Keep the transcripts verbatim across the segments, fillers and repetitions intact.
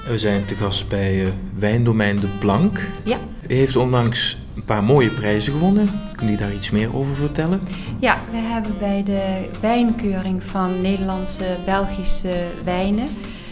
We zijn te gast bij uh, Wijndomein De Planck. Ja. U heeft onlangs een paar mooie prijzen gewonnen. Kunt u daar iets meer over vertellen? Ja, we hebben bij de wijnkeuring van Nederlandse, Belgische wijnen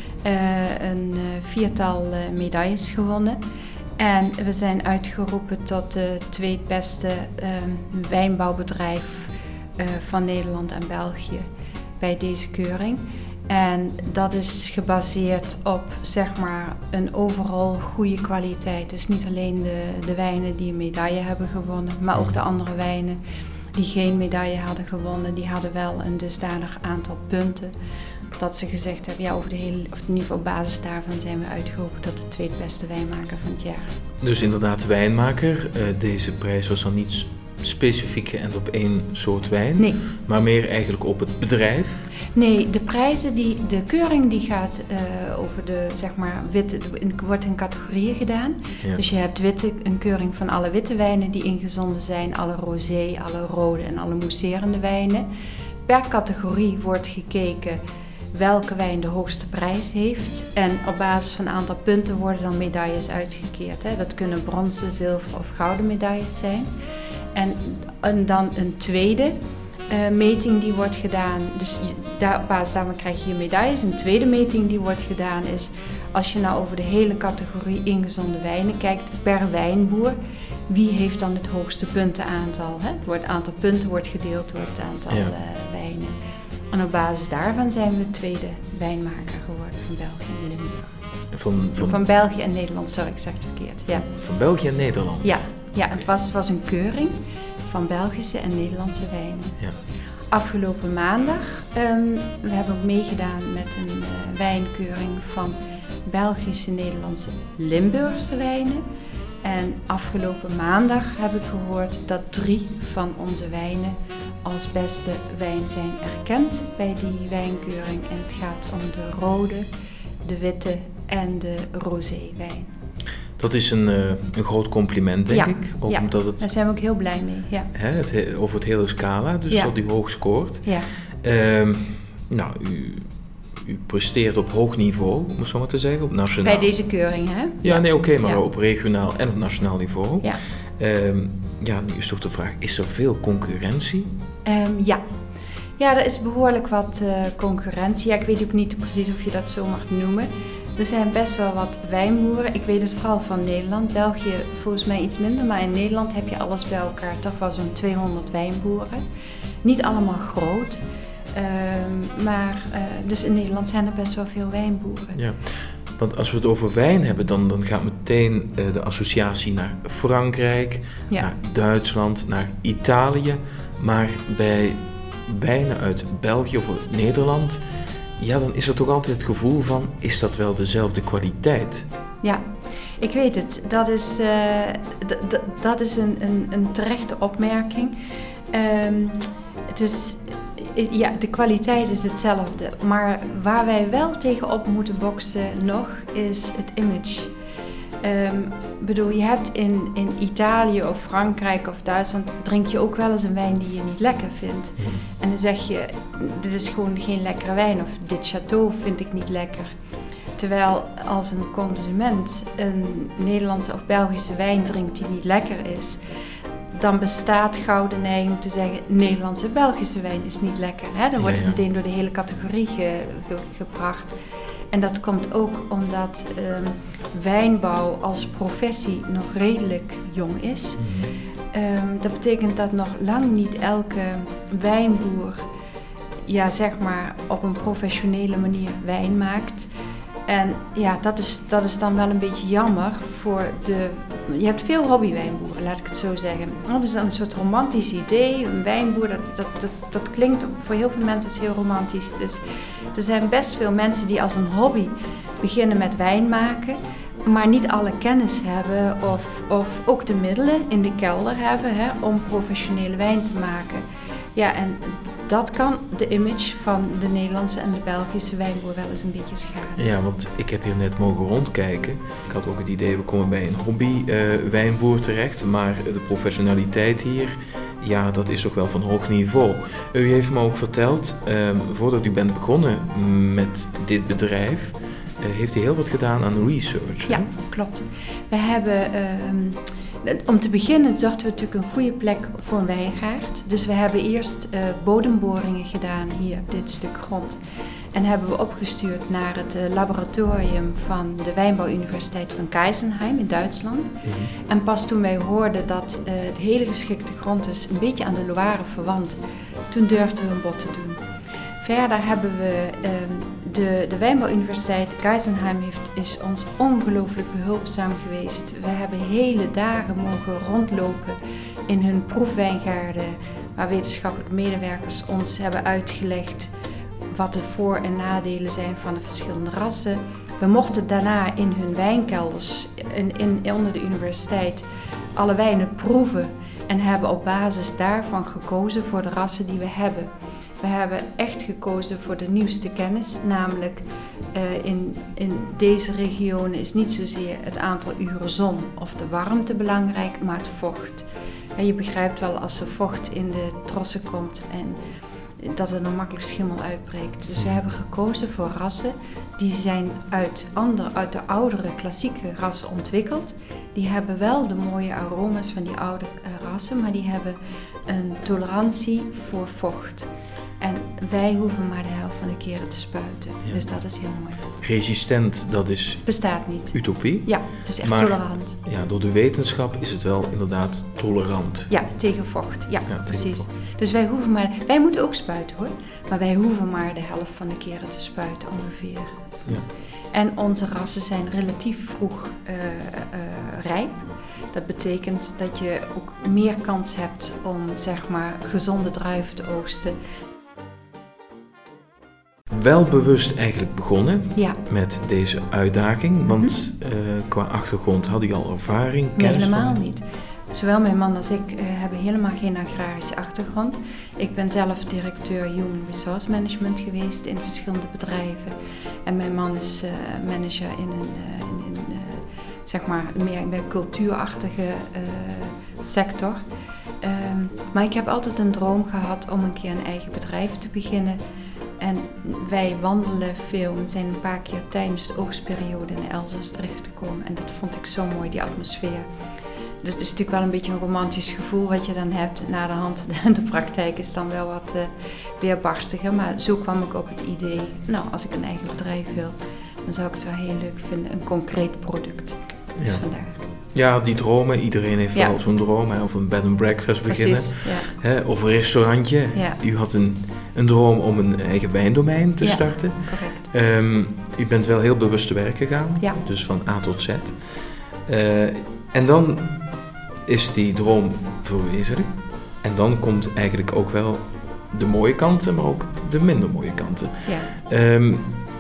uh, een uh, viertal uh, medailles gewonnen. En we zijn uitgeroepen tot het tweede uh, wijnbouwbedrijf uh, van Nederland en België bij deze keuring. En dat is gebaseerd op, zeg maar, een overal goede kwaliteit. Dus niet alleen de, de wijnen die een medaille hebben gewonnen, maar ook de andere wijnen die geen medaille hadden gewonnen, die hadden wel een dusdanig aantal punten dat ze gezegd hebben, ja, over de hele, of in ieder geval op basis daarvan zijn we uitgeroepen tot de tweede beste wijnmaker van het jaar. Dus inderdaad wijnmaker. Uh, deze prijs was dan niet specifiek geënt op één soort wijn, nee. maar meer eigenlijk op het bedrijf. Nee, de prijzen, die, de keuring die gaat uh, over de, zeg maar, witte, wordt in categorieën gedaan. Ja. Dus je hebt witte, een keuring van alle witte wijnen die ingezonden zijn, alle rosé, alle rode en alle mousserende wijnen. Per categorie wordt gekeken welke wijn de hoogste prijs heeft. En op basis van een aantal punten worden dan medailles uitgekeerd. Hè. Dat kunnen bronzen, zilveren of gouden medailles zijn. En, en dan een tweede uh, meting die wordt gedaan. Dus daar, op basis daarvan krijg je medailles. Een tweede meting die wordt gedaan is, als je nou over de hele categorie ingezonden wijnen kijkt, per wijnboer, wie heeft dan het hoogste puntenaantal? Hè? Het aantal punten wordt gedeeld door het aantal ja. uh, wijnen. En op basis daarvan zijn we tweede wijnmaker geworden van België en Limburg. Van, van... van België en Nederland, sorry, ik zeg het verkeerd. Ja. Van, van België en Nederland? Ja, ja het, was, het was een keuring van Belgische en Nederlandse wijnen. Ja. Afgelopen maandag, um, we hebben ook meegedaan met een uh, wijnkeuring van Belgische, Nederlandse, Limburgse wijnen. En afgelopen maandag heb ik gehoord dat drie van onze wijnen als beste wijn zijn erkend bij die wijnkeuring. En het gaat om de rode, de witte en de rosé wijn. Dat is een, uh, een groot compliment, denk ja, ik. Ook ja, omdat het, daar zijn we ook heel blij mee. Ja. Hè, het, over het hele scala, dus ja. dat u hoog scoort. Ja. Uh, nou, u, u presteert op hoog niveau, om het zo maar te zeggen, op nationaal. Bij deze keuring, hè? Ja, nee, oké, okay, maar ja. op regionaal en op nationaal niveau. Ja. Uh, ja, nu is toch de vraag, is er veel concurrentie? Um, ja. Ja, er is behoorlijk wat uh, concurrentie. Ja, ik weet ook niet precies of je dat zo mag noemen. Er zijn best wel wat wijnboeren. Ik weet het vooral van Nederland. België volgens mij iets minder, maar in Nederland heb je alles bij elkaar. Toch wel zo'n tweehonderd wijnboeren. Niet allemaal groot. Um, maar uh, dus in Nederland zijn er best wel veel wijnboeren. Ja. Want als we het over wijn hebben, dan, dan gaat meteen uh, de associatie naar Frankrijk, ja. naar Duitsland, naar Italië. Maar bij wijnen uit België of Nederland, ja, dan is er toch altijd het gevoel van, is dat wel dezelfde kwaliteit? Ja, ik weet het. Dat is, uh, d- d- dat is een, een, een terechte opmerking. Um, het is... Ja, de kwaliteit is hetzelfde, maar waar wij wel tegenop moeten boksen nog is het image. Um, bedoel, je hebt in, in Italië of Frankrijk of Duitsland drink je ook wel eens een wijn die je niet lekker vindt. Mm. En dan zeg je, dit is gewoon geen lekkere wijn of dit château vind ik niet lekker. Terwijl als een consument een Nederlandse of Belgische wijn drinkt die niet lekker is, dan bestaat gauw de neiging om te zeggen, Nederlandse Belgische wijn is niet lekker. Hè? Dan wordt het ja, ja. meteen door de hele categorie ge, ge, gebracht. En dat komt ook omdat um, wijnbouw als professie nog redelijk jong is. Mm-hmm. Um, dat betekent dat nog lang niet elke wijnboer, ja, zeg maar, op een professionele manier wijn maakt. En ja, dat is, dat is dan wel een beetje jammer voor de... Je hebt veel hobbywijnboeren, laat ik het zo zeggen. Dat is dan een soort romantisch idee. Een wijnboer, dat, dat, dat, dat klinkt voor heel veel mensen heel romantisch. Dus er zijn best veel mensen die als een hobby beginnen met wijn maken, maar niet alle kennis hebben of, of ook de middelen in de kelder hebben, hè, om professionele wijn te maken. Ja, en dat kan de image van de Nederlandse en de Belgische wijnboer wel eens een beetje schaden. Ja, want ik heb hier net mogen rondkijken. Ik had ook het idee, we komen bij een hobby uh, wijnboer terecht, maar de professionaliteit hier, ja, dat is toch wel van hoog niveau. U heeft me ook verteld, uh, voordat u bent begonnen met dit bedrijf, heeft hij heel wat gedaan aan research. Ja, hè? klopt. We hebben, uh, om te beginnen zochten we natuurlijk een goede plek voor een wijngaard. Dus we hebben eerst uh, bodemboringen gedaan hier op dit stuk grond. En hebben we opgestuurd naar het uh, laboratorium van de Wijnbouwuniversiteit van Geisenheim in Duitsland. Mm-hmm. En pas toen wij hoorden dat uh, het hele geschikte grond is, een beetje aan de Loire verwant, toen durfden we een bod te doen. Verder hebben we uh, de, de Wijnbouwuniversiteit Geisenheim heeft, is ons ongelooflijk behulpzaam geweest. We hebben hele dagen mogen rondlopen in hun proefwijngaarden, waar wetenschappelijke medewerkers ons hebben uitgelegd wat de voor- en nadelen zijn van de verschillende rassen. We mochten daarna in hun wijnkelders in, in, onder de universiteit alle wijnen proeven en hebben op basis daarvan gekozen voor de rassen die we hebben. We hebben echt gekozen voor de nieuwste kennis, namelijk uh, in, in deze regionen is niet zozeer het aantal uren zon of de warmte belangrijk, maar het vocht. En je begrijpt wel als er vocht in de trossen komt en dat er dan makkelijk schimmel uitbreekt. Dus we hebben gekozen voor rassen die zijn uit, ander, uit de oudere klassieke rassen ontwikkeld. Die hebben wel de mooie aroma's van die oude uh, rassen, maar die hebben een tolerantie voor vocht. En wij hoeven maar de helft van de keren te spuiten. Ja. Dus dat is heel mooi. Resistent, dat is... Bestaat niet. Utopie. Ja, het is echt maar, tolerant. Ja, door de wetenschap is het wel inderdaad tolerant. Ja, tegen vocht. Ja, ja precies. Tegen vocht. Dus wij hoeven maar... Wij moeten ook spuiten hoor. Maar wij hoeven maar de helft van de keren te spuiten ongeveer. Ja. En onze rassen zijn relatief vroeg uh, uh, rijp. Dat betekent dat je ook meer kans hebt om zeg maar gezonde druiven te oogsten. Wel bewust eigenlijk begonnen ja. met deze uitdaging, want mm-hmm. uh, qua achtergrond had hij al ervaring, nee, kennis helemaal van... niet. Zowel mijn man als ik uh, hebben helemaal geen agrarische achtergrond. Ik ben zelf directeur Human Resource Management geweest in verschillende bedrijven. En mijn man is uh, manager in een, uh, in, in, uh, zeg maar, meer bij cultuurachtige uh, sector. Um, maar ik heb altijd een droom gehad om een keer een eigen bedrijf te beginnen. En wij wandelen veel en zijn een paar keer tijdens de oogstperiode in Elzas terechtgekomen. En dat vond ik zo mooi, die atmosfeer. Dus het is natuurlijk wel een beetje een romantisch gevoel wat je dan hebt na de hand. De praktijk is dan wel wat uh, weerbarstiger. Maar zo kwam ik op het idee, nou als ik een eigen bedrijf wil, dan zou ik het wel heel leuk vinden. Een concreet product. Dus ja. vandaar. Ja, die dromen. Iedereen heeft ja. wel zo'n droom. Hè, of een bed and breakfast beginnen. Precies, ja. Hè, of een restaurantje. Ja. U had een, een droom om een eigen wijndomein te ja, starten. Correct. Um, u bent wel heel bewust te werk gegaan. Ja. Dus van A tot Z. Uh, en dan is die droom verwezenlijkt. En dan komt eigenlijk ook wel de mooie kanten, maar ook de minder mooie kanten. Ja. Um,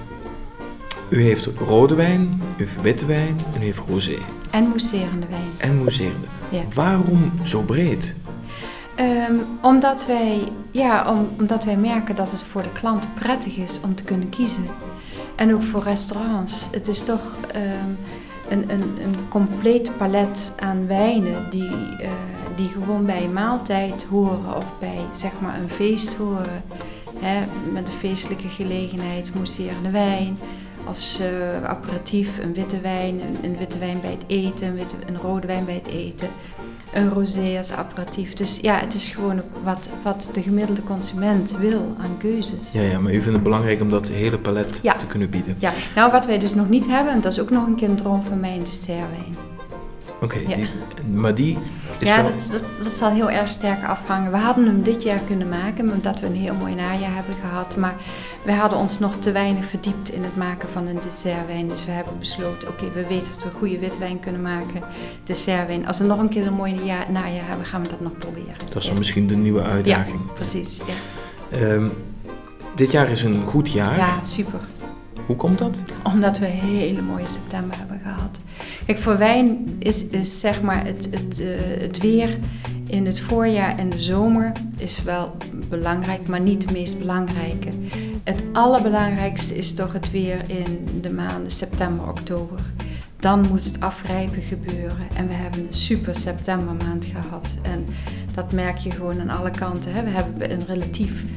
u heeft rode wijn, u heeft witte wijn en u heeft rosé. En mousserende wijn. En mousserende. Ja. Waarom zo breed? Um, omdat, wij, ja, om, omdat wij merken dat het voor de klant prettig is om te kunnen kiezen. En ook voor restaurants. Het is toch um, een, een, een compleet palet aan wijnen die, uh, die gewoon bij een maaltijd horen of bij zeg maar, een feest horen. Hè, met een feestelijke gelegenheid, mousserende wijn. Als uh, aperitief een witte wijn, een, een witte wijn bij het eten, een, witte, een rode wijn bij het eten. Een rosé als aperitief. Dus ja, het is gewoon wat, wat de gemiddelde consument wil aan keuzes. Ja, ja, maar u vindt het belangrijk om dat hele palet ja. te kunnen bieden. Ja, nou wat wij dus nog niet hebben, en dat is ook nog een keer een droom van mij, een dessertwijn. Oké, okay, ja. maar die is ja, wel... dat, dat, dat zal heel erg sterk afhangen. We hadden hem dit jaar kunnen maken, omdat we een heel mooi najaar hebben gehad. Maar we hadden ons nog te weinig verdiept in het maken van een dessertwijn. Dus we hebben besloten, oké, okay, we weten dat we een goede witwijn kunnen maken. Dessertwijn. Als we nog een keer een mooi ja, najaar hebben, gaan we dat nog proberen. Dat is ja. dan misschien de nieuwe uitdaging. Ja, precies. Ja. Um, dit jaar is een goed jaar. Ja, super. Hoe komt dat? Omdat we een hele mooie september hebben gehad. Kijk, voor wijn is, is zeg maar het, het, uh, het weer in het voorjaar en de zomer is wel belangrijk, maar niet het meest belangrijke. Het allerbelangrijkste is toch het weer in de maanden september, oktober. Dan moet het afrijpen gebeuren. En we hebben een super septembermaand gehad. En dat merk je gewoon aan alle kanten. Hè. We hebben een relatief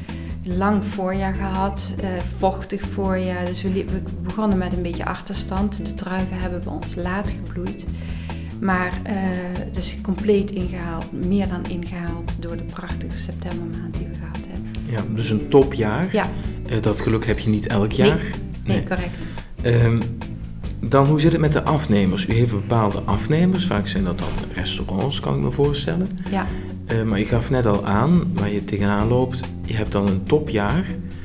lang voorjaar gehad, uh, vochtig voorjaar. Dus we, we begonnen met een beetje achterstand. De druiven hebben bij ons laat gebloeid. Maar uh, dus compleet ingehaald, meer dan ingehaald door de prachtige septembermaand die we gehad hebben. Ja, dus een topjaar. Ja. Uh, dat geluk heb je niet elk jaar. Nee, nee, nee. correct. Um, dan, hoe zit het met de afnemers? U heeft bepaalde afnemers, vaak zijn dat dan restaurants, kan ik me voorstellen. Ja. Uh, maar je gaf net al aan, waar je tegenaan loopt, je hebt dan een topjaar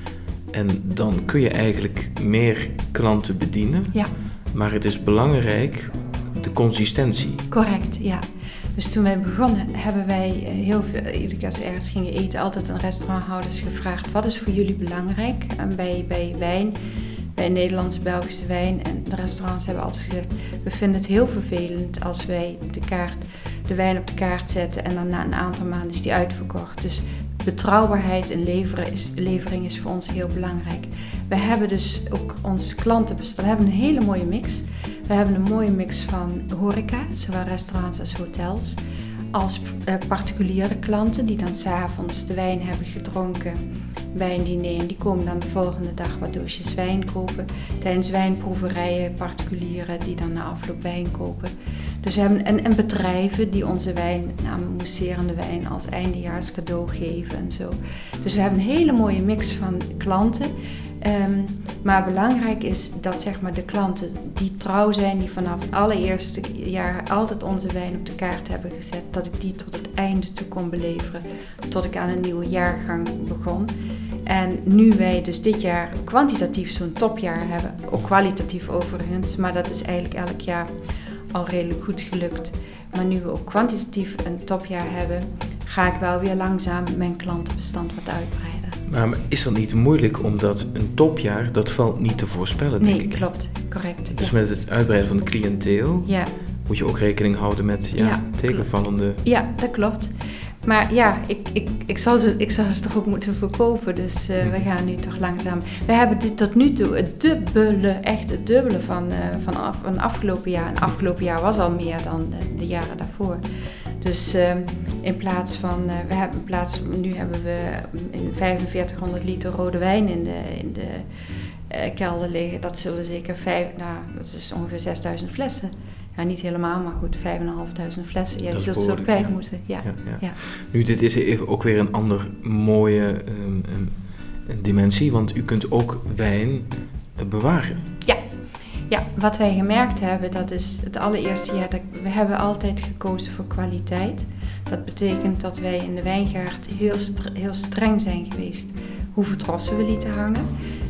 en dan kun je eigenlijk meer klanten bedienen. Ja. Maar het is belangrijk, de consistentie. Correct, ja. Dus toen wij begonnen hebben wij heel veel, iedere keer als we ergens gingen eten, altijd aan restauranthouders gevraagd, wat is voor jullie belangrijk? En bij, bij wijn, bij Nederlandse, Belgische wijn en de restaurants hebben altijd gezegd, we vinden het heel vervelend als wij de kaart, de wijn op de kaart zetten en dan na een aantal maanden is die uitverkocht. Dus betrouwbaarheid en leveren is, levering is voor ons heel belangrijk. We hebben dus ook ons klantenbestand, we hebben een hele mooie mix. We hebben een mooie mix van horeca, zowel restaurants als hotels, als uh, particuliere klanten die dan 's avonds de wijn hebben gedronken bij een diner en die komen dan de volgende dag wat doosjes wijn kopen. Tijdens wijnproeverijen particulieren die dan na afloop wijn kopen. Dus we hebben en, en bedrijven die onze wijn, met name mousserende wijn, als eindejaars cadeau geven en zo. Dus we hebben een hele mooie mix van klanten. Um, maar belangrijk is dat zeg maar, de klanten die trouw zijn, die vanaf het allereerste jaar altijd onze wijn op de kaart hebben gezet, dat ik die tot het einde toe kon beleveren, tot ik aan een nieuwe jaargang begon. En nu wij dus dit jaar kwantitatief zo'n topjaar hebben, ook kwalitatief overigens, maar dat is eigenlijk elk jaar al redelijk goed gelukt. Maar nu we ook kwantitatief een topjaar hebben, ga ik wel weer langzaam mijn klantenbestand wat uitbreiden. Maar is dat niet moeilijk, omdat een topjaar, dat valt niet te voorspellen, denk nee, ik? Nee, klopt. Correct. Dus ja. met het uitbreiden van de cliënteel ja. moet je ook rekening houden met ja, ja, tegenvallende... Ja, dat klopt. Maar ja, ik, ik, ik, zal ze, ik zal ze toch ook moeten verkopen, dus uh, we gaan nu toch langzaam... We hebben dit tot nu toe het dubbele, echt het dubbele van, uh, van, af, van afgelopen jaar. En afgelopen jaar was al meer dan de, de jaren daarvoor. Dus uh, in plaats van, uh, we hebben in plaats, nu hebben we vijfenveertighonderd liter rode wijn in de, in de uh, kelder liggen. Dat zullen zeker vijf, nou, dat is ongeveer zesduizend flessen. Ja, niet helemaal, maar goed, vijfduizendvijfhonderd flessen. Ja, die zult ze ook bij moeten. Ja. Ja, ja. Ja. Nu, dit is even ook weer een andere mooie um, um, dimensie, want u kunt ook wijn uh, bewaren. Ja. Ja, wat wij gemerkt hebben, dat is het allereerste jaar, dat we hebben altijd gekozen voor kwaliteit. Dat betekent dat wij in de wijngaard heel, stre- heel streng zijn geweest hoeveel trossen we lieten hangen.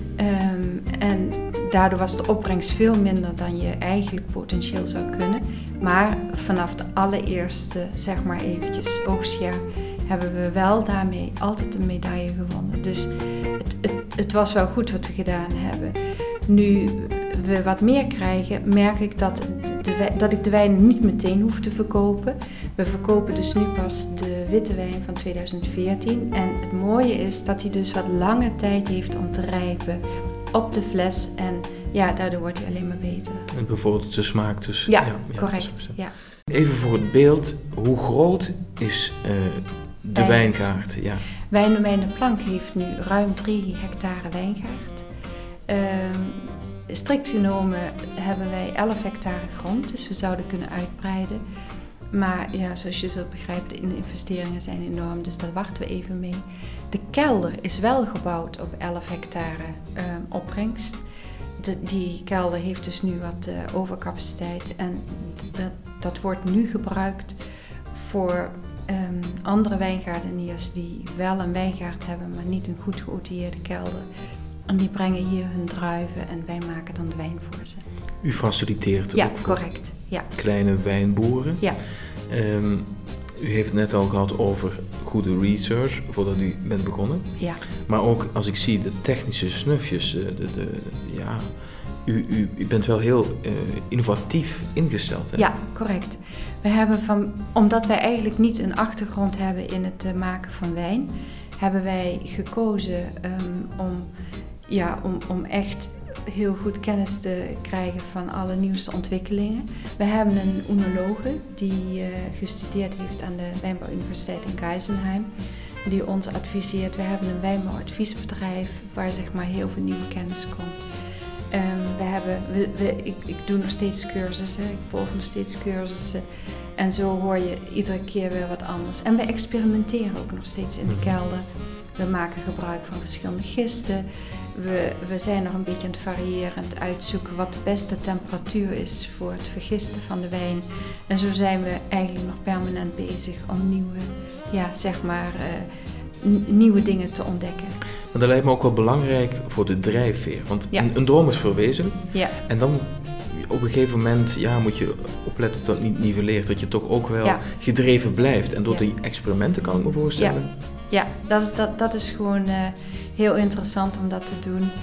Um, en daardoor was de opbrengst veel minder dan je eigenlijk potentieel zou kunnen. Maar vanaf de allereerste, zeg maar eventjes, oogstjaar, hebben we wel daarmee altijd een medaille gewonnen. Dus het, het, het was wel goed wat we gedaan hebben. Nu we wat meer krijgen, merk ik dat, de, dat ik de wijn niet meteen hoef te verkopen. We verkopen dus nu pas de witte wijn van tweeduizend veertien. En het mooie is dat hij dus wat lange tijd heeft om te rijpen op de fles. En ja, daardoor wordt hij alleen maar beter. En bijvoorbeeld de smaak dus. Ja, ja, ja correct. Ja. Even voor het beeld, hoe groot is uh, de Wijn. wijngaard? Ja. Wijndomein de Plank heeft nu ruim drie hectare wijngaard. Um, strikt genomen hebben wij elf hectare grond, dus we zouden kunnen uitbreiden. Maar ja, zoals je zult begrijpen, de investeringen zijn enorm, dus daar wachten we even mee. De kelder is wel gebouwd op elf hectare um, opbrengst. De, die kelder heeft dus nu wat uh, overcapaciteit en dat, dat wordt nu gebruikt voor um, andere wijngaardeniers die wel een wijngaard hebben, maar niet een goed geoutilleerde kelder. En die brengen hier hun druiven en wij maken dan de wijn voor ze. U faciliteert ja, ook voor correct. Ja. kleine wijnboeren. Ja. Um, u heeft het net al gehad over goede research voordat u bent begonnen. Ja. Maar ook als ik zie de technische snufjes, de, de, de, ja, u, u, u bent wel heel uh, innovatief ingesteld. Hè? Ja, correct. We hebben van, omdat wij eigenlijk niet een achtergrond hebben in het uh, maken van wijn, hebben wij gekozen um, om, ja, om, om echt heel goed kennis te krijgen van alle nieuwste ontwikkelingen. We hebben een oenologe die uh, gestudeerd heeft aan de Wijnbouwuniversiteit in Geisenheim. die ons adviseert. We hebben een wijnbouwadviesbedrijf waar zeg maar heel veel nieuwe kennis komt. Um, we hebben, we, we, ik, ik doe nog steeds cursussen, ik volg nog steeds cursussen. En zo hoor je iedere keer weer wat anders. En we experimenteren ook nog steeds in de kelder. We maken gebruik van verschillende gisten. We, we zijn nog een beetje aan het variëren en het uitzoeken wat de beste temperatuur is voor het vergisten van de wijn. En zo zijn we eigenlijk nog permanent bezig om nieuwe, ja, zeg maar, uh, n- nieuwe dingen te ontdekken. Maar dat lijkt me ook wel belangrijk voor de drijfveer. Want ja. een, een droom is verwezenlijk. Ja. En dan op een gegeven moment ja, moet je opletten dat het niet niveleert. Dat je toch ook wel ja. gedreven blijft. En door ja. die experimenten kan ik me voorstellen. Ja, ja dat, dat, dat is gewoon uh, heel interessant om dat te doen. Um,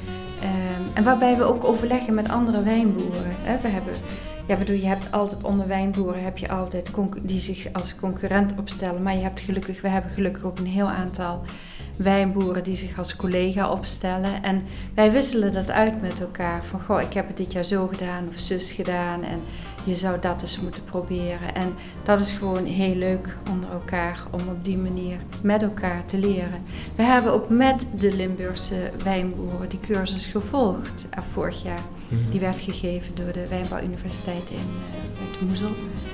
en waarbij we ook overleggen met andere wijnboeren. Hè. We hebben, ja, bedoel, je hebt altijd onder wijnboeren heb je altijd concu- die zich als concurrent opstellen. Maar je hebt gelukkig, we hebben gelukkig ook een heel aantal wijnboeren die zich als collega opstellen. En wij wisselen dat uit met elkaar. Van, goh, ik heb het dit jaar zo gedaan of zus gedaan. En je zou dat eens moeten proberen. En dat is gewoon heel leuk onder elkaar om op die manier met elkaar te leren. We hebben ook met de Limburgse wijnboeren die cursus gevolgd uh, vorig jaar. Mm-hmm. Die werd gegeven door de Wijnbouwuniversiteit in uh, het Moezel.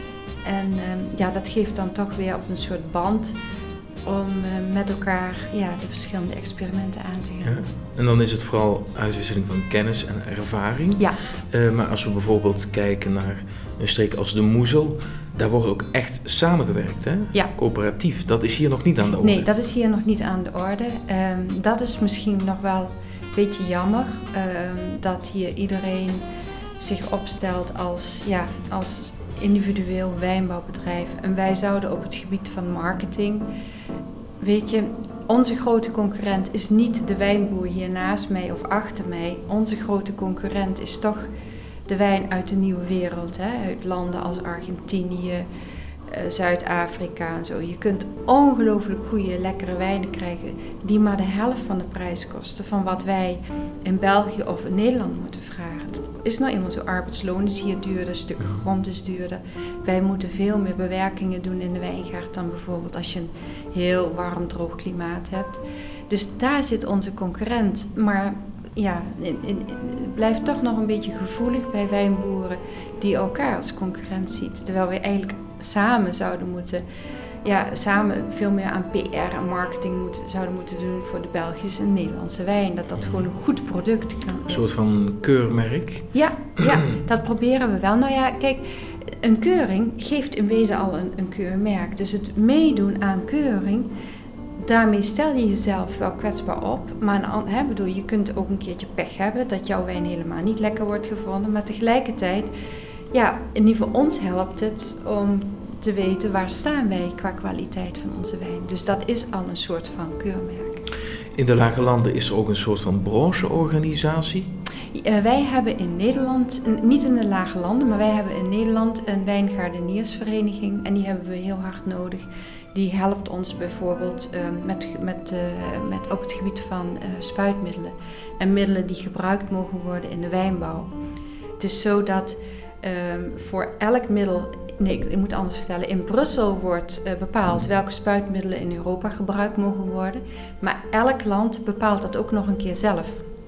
En uh, ja, dat geeft dan toch weer op een soort band om uh, met elkaar ja, de verschillende experimenten aan te gaan. Ja. En dan is het vooral uitwisseling van kennis en ervaring. Ja. Uh, maar als we bijvoorbeeld kijken naar een streek als de Moezel, daar wordt ook echt samengewerkt, hè? Ja. Coöperatief. Dat is hier nog niet aan de orde. Nee, dat is hier nog niet aan de orde. Um, dat is misschien nog wel een beetje jammer, um, dat hier iedereen zich opstelt als, ja, als individueel wijnbouwbedrijf. En wij zouden op het gebied van marketing, weet je, onze grote concurrent is niet de wijnboer hier naast mij of achter mij. Onze grote concurrent is toch de wijn uit de nieuwe wereld, hè? Uit landen als Argentinië, uh, Zuid-Afrika en zo. Je kunt ongelooflijk goede, lekkere wijnen krijgen die maar de helft van de prijs kosten van wat wij in België of in Nederland moeten vragen. Het is nou eenmaal zo, arbeidsloon is hier duurder, stukken grond is duurder. Wij moeten veel meer bewerkingen doen in de wijngaard dan bijvoorbeeld als je een heel warm, droog klimaat hebt. Dus daar zit onze concurrent. Maar ja, in, in, het blijft toch nog een beetje gevoelig bij wijnboeren die elkaar als concurrent ziet. Terwijl we eigenlijk samen zouden moeten, ja, samen veel meer aan P R en marketing moeten, zouden moeten doen voor de Belgische en Nederlandse wijn. Dat dat gewoon een goed product kan. Een soort van keurmerk? Ja, ja, dat proberen we wel. Nou ja, kijk, een keuring geeft in wezen al een, een keurmerk. Dus het meedoen aan keuring, daarmee stel je jezelf wel kwetsbaar op. Maar hè, bedoel, je kunt ook een keertje pech hebben dat jouw wijn helemaal niet lekker wordt gevonden. Maar tegelijkertijd, ja, in ieder geval ons helpt het om te weten waar staan wij qua kwaliteit van onze wijn. Dus dat is al een soort van keurmerk. In de Lage Landen is er ook een soort van brancheorganisatie? Uh, wij hebben in Nederland, niet in de Lage Landen, maar wij hebben in Nederland een wijngaardeniersvereniging en die hebben we heel hard nodig. Die helpt ons bijvoorbeeld uh, met, met, uh, met op het gebied van uh, spuitmiddelen en middelen die gebruikt mogen worden in de wijnbouw. Het is zo dat uh, voor elk middel, nee ik moet anders vertellen, in Brussel wordt uh, bepaald welke spuitmiddelen in Europa gebruikt mogen worden, maar elk land bepaalt dat ook nog een keer zelf.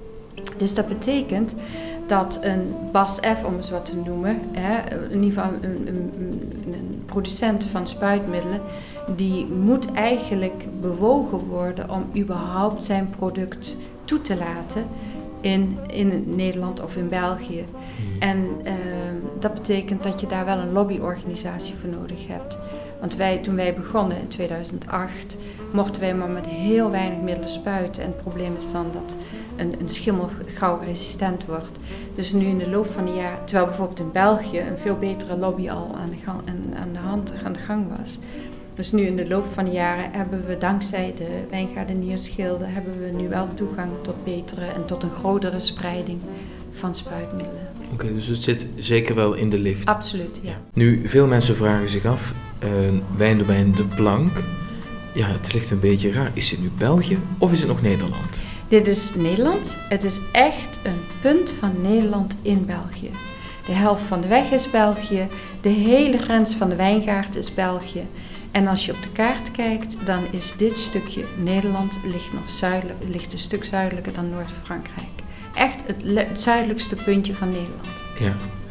Dus dat betekent dat een B A S F, om eens wat te noemen, hè, in ieder geval een, een, een producent van spuitmiddelen, die moet eigenlijk bewogen worden om überhaupt zijn product toe te laten in, in Nederland of in België. En uh, dat betekent dat je daar wel een lobbyorganisatie voor nodig hebt. Want wij, toen wij begonnen in tweeduizend acht, mochten wij maar met heel weinig middelen spuiten. En het probleem is dan dat een, een schimmel gauw resistent wordt. Dus nu in de loop van de jaren, terwijl bijvoorbeeld in België een veel betere lobby al aan de, gang, aan de hand, aan de gang was. Dus nu in de loop van de jaren hebben we dankzij de wijngaardeniersgilde hebben we nu wel toegang tot betere en tot een grotere spreiding van spuitmiddelen. Oké, okay, dus het zit zeker wel in de lift. Absoluut, ja. Nu, veel mensen vragen zich af, uh, wijndomein De Blanc, ja, het ligt een beetje raar. Is het nu België of is het nog Nederland? Dit is Nederland. Het is echt een punt van Nederland in België. De helft van de weg is België, de hele grens van de wijngaard is België. En als je op de kaart kijkt, dan is dit stukje Nederland ligt nog zuidelijk, ligt een stuk zuidelijker dan Noord-Frankrijk. Echt het, le- het zuidelijkste puntje van Nederland. Ja.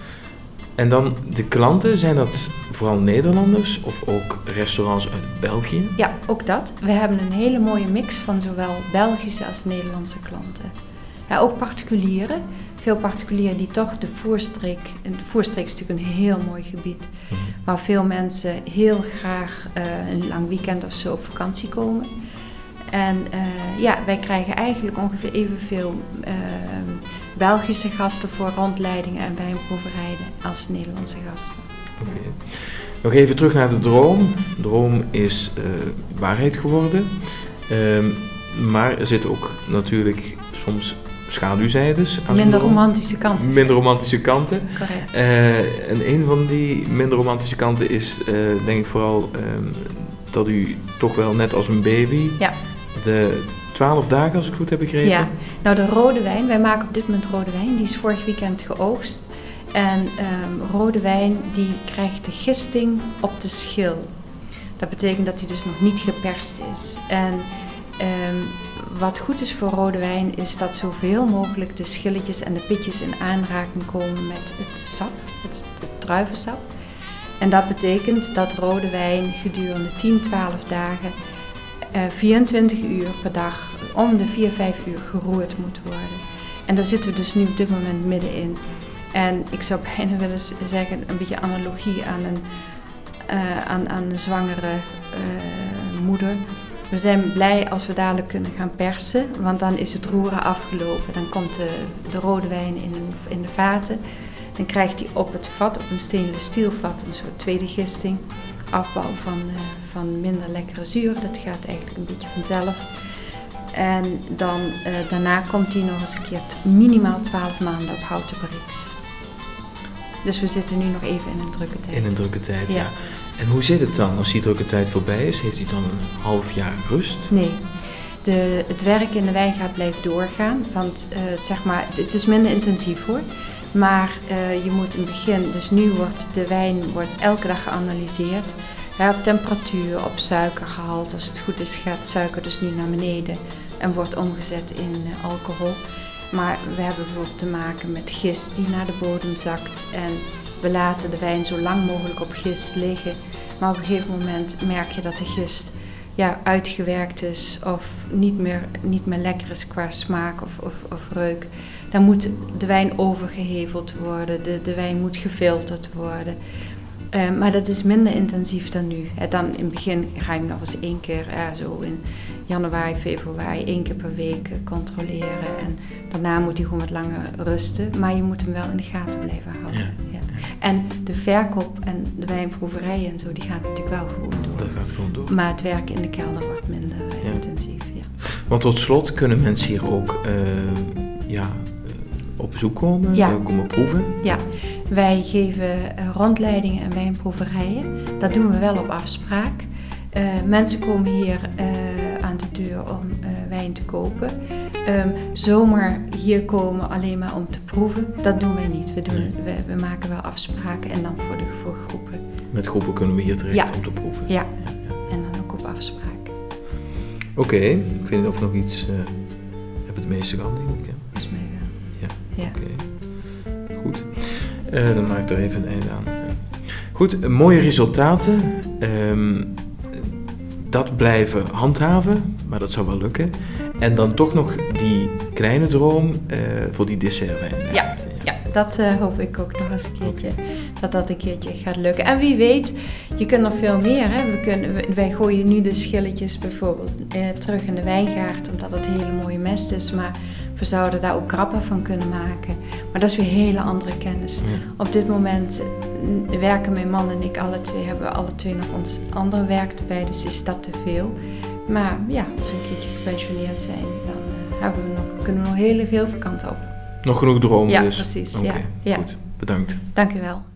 En dan de klanten, zijn dat vooral Nederlanders of ook restaurants uit België? Ja, ook dat. We hebben een hele mooie mix van zowel Belgische als Nederlandse klanten. Ja, ook particulieren. Veel particulieren die toch de voorstreek... De voorstreek is natuurlijk een heel mooi gebied. Mhm. Waar veel mensen heel graag uh, een lang weekend of zo op vakantie komen. En uh, ja, wij krijgen eigenlijk ongeveer evenveel uh, Belgische gasten voor rondleidingen en wijnproeverijden als Nederlandse gasten. Oké. Okay. Nog even terug naar de droom. Droom is uh, waarheid geworden. Uh, maar er zitten ook natuurlijk soms schaduwzijdes aan Minder romantische kanten. Minder romantische kanten. Correct. Uh, en een van die minder romantische kanten is uh, denk ik vooral uh, dat u toch wel net als een baby... Ja. De twaalf dagen, als ik goed heb begrepen. Ja, nou de rode wijn, wij maken op dit moment rode wijn, die is vorig weekend geoogst. En um, rode wijn die krijgt de gisting op de schil. Dat betekent dat die dus nog niet geperst is. En um, wat goed is voor rode wijn is dat zoveel mogelijk de schilletjes en de pitjes in aanraking komen met het sap, het, het druivensap. En dat betekent dat rode wijn gedurende tien, twaalf dagen... Uh, vierentwintig uur per dag, om de vier, vijf uur geroerd moet worden. En daar zitten we dus nu op dit moment middenin. En ik zou bijna willen zeggen, een beetje analogie aan een, uh, aan, aan een zwangere uh, moeder. We zijn blij als we dadelijk kunnen gaan persen, want dan is het roeren afgelopen. Dan komt de, de rode wijn in, een, in de vaten. Dan krijgt hij op het vat, op een stainless steel vat, een soort tweede gisting. Afbouw van, uh, van minder lekkere zuur, dat gaat eigenlijk een beetje vanzelf. En dan, uh, daarna komt hij nog eens een keer t- minimaal twaalf maanden op houten barriques. Dus we zitten nu nog even in een drukke tijd. In een drukke tijd, ja. ja. En hoe zit het dan als die drukke tijd voorbij is? Heeft hij dan een half jaar rust? Nee. De, het werk in de wijngaard blijft doorgaan, want uh, zeg maar, het is minder intensief hoor. Maar uh, je moet in het begin, dus nu wordt de wijn wordt elke dag geanalyseerd. Ja, op temperatuur, op suikergehalte. Als het goed is gaat suiker dus nu naar beneden en wordt omgezet in uh, alcohol. Maar we hebben bijvoorbeeld te maken met gist die naar de bodem zakt. En we laten de wijn zo lang mogelijk op gist liggen. Maar op een gegeven moment merk je dat de gist ja, uitgewerkt is of niet meer, niet meer lekker is qua smaak of, of, of reuk. Dan moet de wijn overgeheveld worden, de, de wijn moet gefilterd worden. Uh, maar dat is minder intensief dan nu. Uh, dan in het begin ga je hem nog eens één keer, uh, zo in januari, februari, één keer per week uh, controleren. En daarna moet hij gewoon wat langer rusten. Maar je moet hem wel in de gaten blijven houden. Ja. Ja. En de verkoop en de wijnproeverij en zo, die gaat natuurlijk wel gewoon door. Dat gaat gewoon door. Maar het werk in de kelder wordt minder uh, ja. intensief. Ja. Want tot slot kunnen mensen hier ook uh, ja, uh, op bezoek komen, ja. uh, komen proeven. Ja, wij geven uh, rondleidingen en wijnproeverijen. Dat doen we wel op afspraak. Uh, mensen komen hier uh, aan de deur om uh, wijn te kopen. Um, zomaar hier komen alleen maar om te proeven, dat doen wij niet. We, doen, nee. we, we maken wel afspraken en dan voor, de, voor groepen. Met groepen kunnen we hier terecht ja. om te proeven? Ja. Ja, ja, en dan ook op afspraak. Oké, okay. Ik weet niet of we nog iets uh, hebben de meeste gehad, denk ik. Ja. Volgens mij wel. Ja, ja. oké. Okay. Goed. Uh, dan maak ik er even een einde aan. Goed, mooie resultaten. Um, dat blijven handhaven, maar dat zou wel lukken. En dan toch nog die kleine droom uh, voor die dessertwijn. Ja, ja, dat uh, hoop ik ook nog eens een keertje. Okay. Dat dat een keertje gaat lukken. En wie weet, je kunt nog veel meer. Hè? We kunnen, wij gooien nu de schilletjes bijvoorbeeld uh, terug in de wijngaard, omdat het hele mooie mest is. Maar we zouden daar ook grappen van kunnen maken. Maar dat is weer hele andere kennis. Ja. Op dit moment werken mijn man en ik alle twee, hebben we alle twee nog ons andere werk erbij, dus is dat te veel. Maar ja, als we een keertje gepensioneerd zijn, dan uh, hebben we nog, kunnen we nog heel veel kanten op. Nog genoeg dromen ja, dus? Precies, okay, ja, precies. Goed, bedankt. Dank u wel.